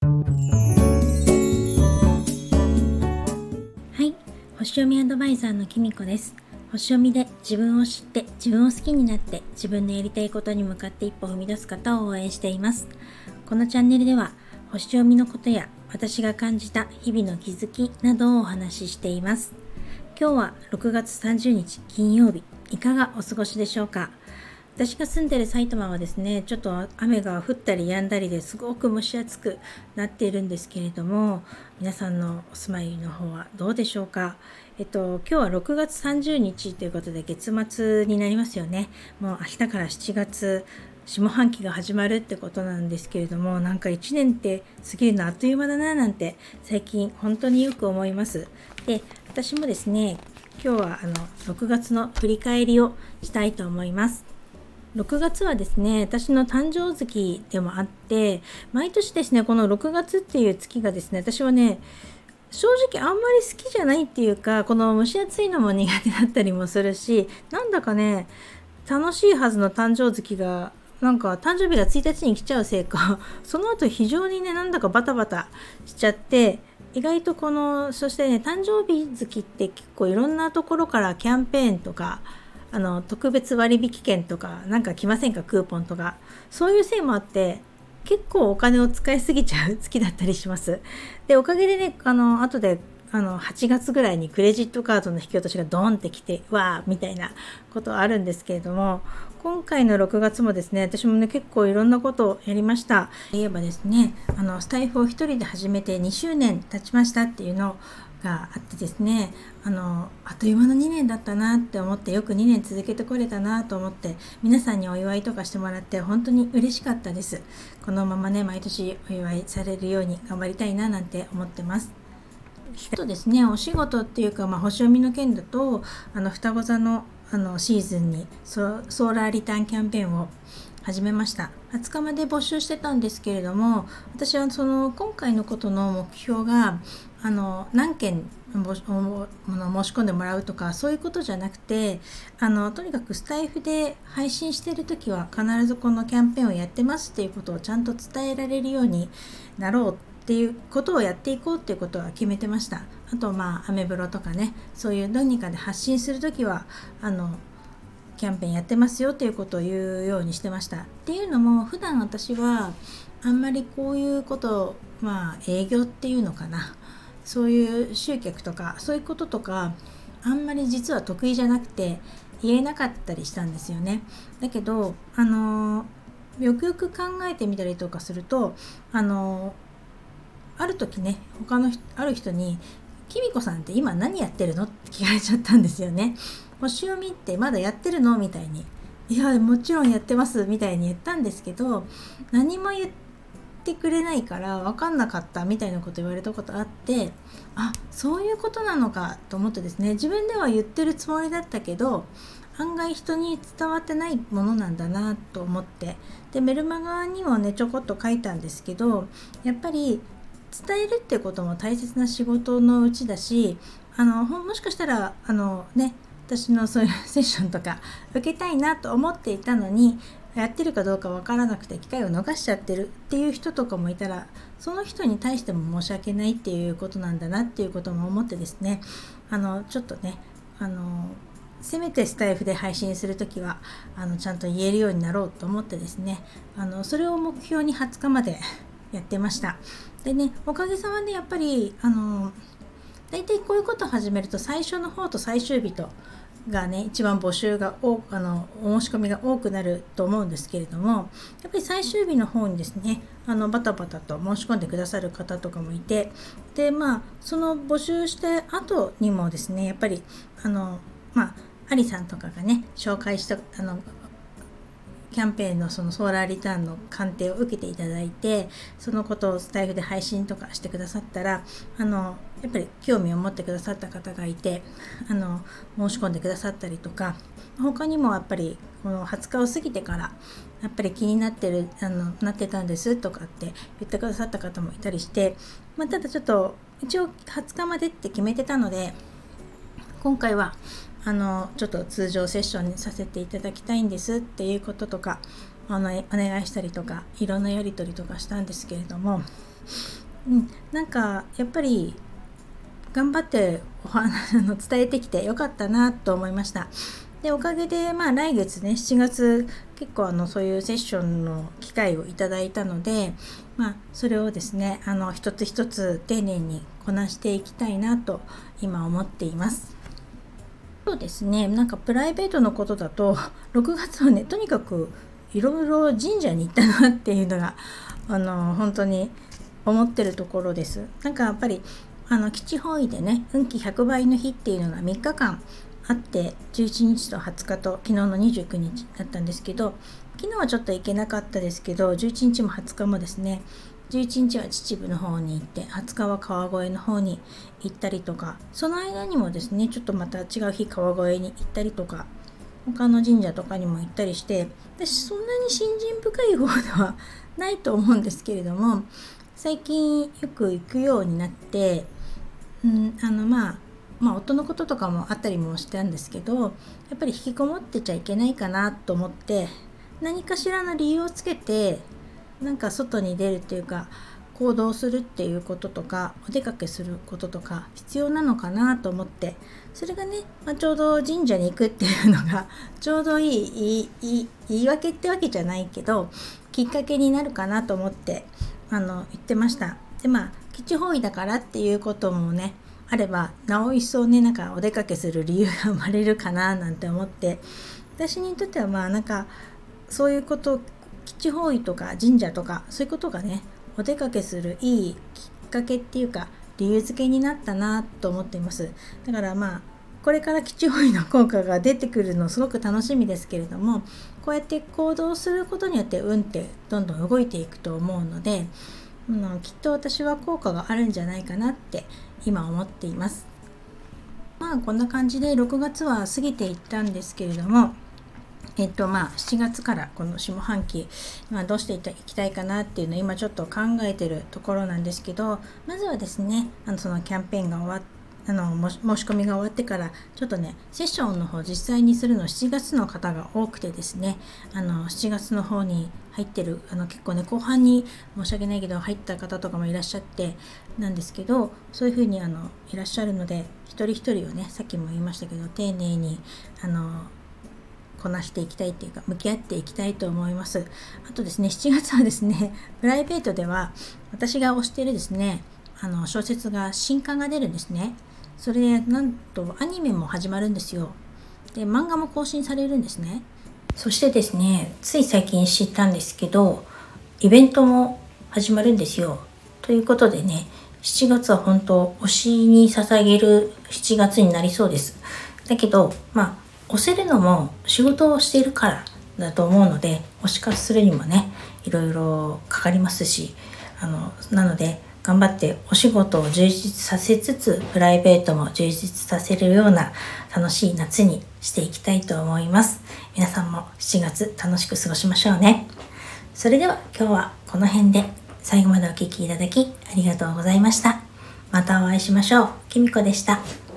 はい、星読みアドバイザーのきみこです。星読みで自分を知って自分を好きになって自分のやりたいことに向かって一歩踏み出す方を応援しています。このチャンネルでは星読みのことや私が感じた日々の気づきなどをお話ししています。今日は6月30日金曜日、いかがお過ごしでしょうか。私が住んでいる埼玉はですね、ちょっと雨が降ったり止んだりですごく蒸し暑くなっているんですけれども、皆さんのお住まいの方はどうでしょうか。今日は6月30日ということで月末になりますよね。もう明日から7月下半期が始まるってことなんですけれども、なんか1年って過ぎるのあっという間だななんて最近本当によく思います。で、私もですね、今日は6月の振り返りをしたいと思います。6月はですね、私の誕生月でもあって、毎年ですね、この6月っていう月がですね、私はね、正直あんまり好きじゃないっていうか、この蒸し暑いのも苦手だったりもするし、なんだかね、楽しいはずの誕生月が、なんか誕生日が1日に来ちゃうせいか、その後非常にね、なんだかバタバタしちゃって、意外とそしてね、誕生日月って結構いろんなところからキャンペーンとか、特別割引券とかなんか来ませんか、クーポンとか。そういうせいもあって結構お金を使いすぎちゃう月だったりします。で、おかげでね、後で8月ぐらいにクレジットカードの引き落としがドーンってきて、わーみたいなことあるんですけれども、今回の6月もですね、私もね、結構いろんなことをやりました。言えばですね、スタイフを一人で始めて2周年経ちましたっていうのがあってですね、あっという間の2年だったなって思って、よく2年続けてこれたなと思って、皆さんにお祝いとかしてもらって本当に嬉しかったです。このままね、毎年お祝いされるように頑張りたいななんて思ってます。あとですね、お仕事っていうか、星読みの件だと、双子座のシーズンにソーラーリターンキャンペーンを始めました。20日まで募集してたんですけれども、私は今回のことの目標が何件申し込んでもらうとかそういうことじゃなくて、とにかくスタイフで配信している時は必ずこのキャンペーンをやってますっていうことをちゃんと伝えられるようになろうっていうことをやっていこうっていうことは決めてました。あとアメブロとかね、そういう何かで発信するときはキャンペーンやってますよっていうことを言うようにしてました。っていうのも、普段私はあんまりこういうことを営業っていうのかな、そういう集客とかそういうこととかあんまり実は得意じゃなくて言えなかったりしたんですよね。だけどよくよく考えてみたりとかすると、ある時ね、ある人にきみこさんって今何やってるのって聞かれちゃったんですよね。星読みってまだやってるのみたいに。いや、もちろんやってますみたいに言ったんですけど、何も言ってくれないから分かんなかったみたいなこと言われたことあって、あ、そういうことなのかと思ってですね、自分では言ってるつもりだったけど案外人に伝わってないものなんだなと思って、でメルマガにもねちょこっと書いたんですけど、やっぱり伝えるってことも大切な仕事のうちだし、もしかしたら私のそういうセッションとか受けたいなと思っていたのに、やってるかどうかわからなくて機会を逃しちゃってるっていう人とかもいたら、その人に対しても申し訳ないっていうことなんだなっていうことも思ってですね、ちょっとねせめてスタイフで配信するときはちゃんと言えるようになろうと思ってですね、それを目標に20日までやってました。でね、おかげさまでやっぱり大体こういうことを始めると最初の方と最終日とがね、一番募集がお申し込みが多くなると思うんですけれども、やっぱり最終日の方にですねバタバタと申し込んでくださる方とかもいて、でその募集して後にもですね、やっぱりアリさんとかがね紹介したキャンペーンのそのソーラーリターンの鑑定を受けていただいて、そのことをスタイフで配信とかしてくださったらやっぱり興味を持ってくださった方がいて申し込んでくださったりとか、他にもやっぱりこの20日を過ぎてからやっぱり気になってたんですとかって言ってくださった方もいたりして、ただちょっと一応20日までって決めてたので、今回はちょっと通常セッションにさせていただきたいんですっていうこととかお願いしたりとかいろんなやり取りとかしたんですけれども、 なんかやっぱり頑張って伝えてきてよかったなと思いました。でおかげで来月ね7月結構そういうセッションの機会をいただいたので、それをですね一つ一つ丁寧にこなしていきたいなと今思っています。そうですね、なんかプライベートのことだと6月はねとにかくいろいろ神社に行ったなっていうのが本当に思ってるところです。なんかやっぱり基地方位でね運気100倍の日っていうのが3日間あって、11日と20日と昨日の29日だったんですけど、昨日はちょっと行けなかったですけど11日も20日もですね、11日は秩父の方に行って20日は川越の方に行ったりとか、その間にもですねちょっとまた違う日川越に行ったりとか他の神社とかにも行ったりして、私そんなに信心深い方ではないと思うんですけれども、最近よく行くようになって、夫のこととかもあったりもしたんですけど、やっぱり引きこもってちゃいけないかなと思って、何かしらの理由をつけてなんか外に出るっていうか行動するっていうこととかお出かけすることとか必要なのかなと思って、それがね、ちょうど神社に行くっていうのがちょうどいい言い訳ってわけじゃないけどきっかけになるかなと思って言ってました。で基地方位だからっていうこともねあれば、なお一層ねなんかお出かけする理由が生まれるかななんて思って、私にとってはなんかそういうこと基地方位とか神社とかそういうことがねお出かけするいいきっかけっていうか理由付けになったなと思っています。だからこれから基地方位の効果が出てくるのすごく楽しみですけれども、こうやって行動することによって運ってどんどん動いていくと思うので、きっと私は効果があるんじゃないかなって今思っています。こんな感じで6月は過ぎていったんですけれども、7月からこの下半期、どうしていきたいかなっていうのを今ちょっと考えてるところなんですけど、まずはですねそのキャンペーンが終わって申し込みが終わってからちょっとねセッションの方実際にするの7月の方が多くてですね、7月の方に入ってる結構ね後半に申し訳ないけど入った方とかもいらっしゃってなんですけど、そういう風にいらっしゃるので一人一人をねさっきも言いましたけど丁寧にこなしていきたいっていうか向き合っていきたいと思います。あとですね7月はですねプライベートでは私が推しているですね小説が新刊が出るんですね。それでなんとアニメも始まるんですよ。で漫画も更新されるんですね。そしてですねつい最近知ったんですけどイベントも始まるんですよ。ということでね7月は本当推しに捧げる7月になりそうです。だけど推せるのも仕事をしているからだと思うので、推し活するにもねいろいろかかりますし、なので頑張ってお仕事を充実させつつプライベートも充実させるような楽しい夏にしていきたいと思います。皆さんも7月楽しく過ごしましょうね。それでは今日はこの辺で、最後までお聞きいただきありがとうございました。またお会いしましょう。きみこでした。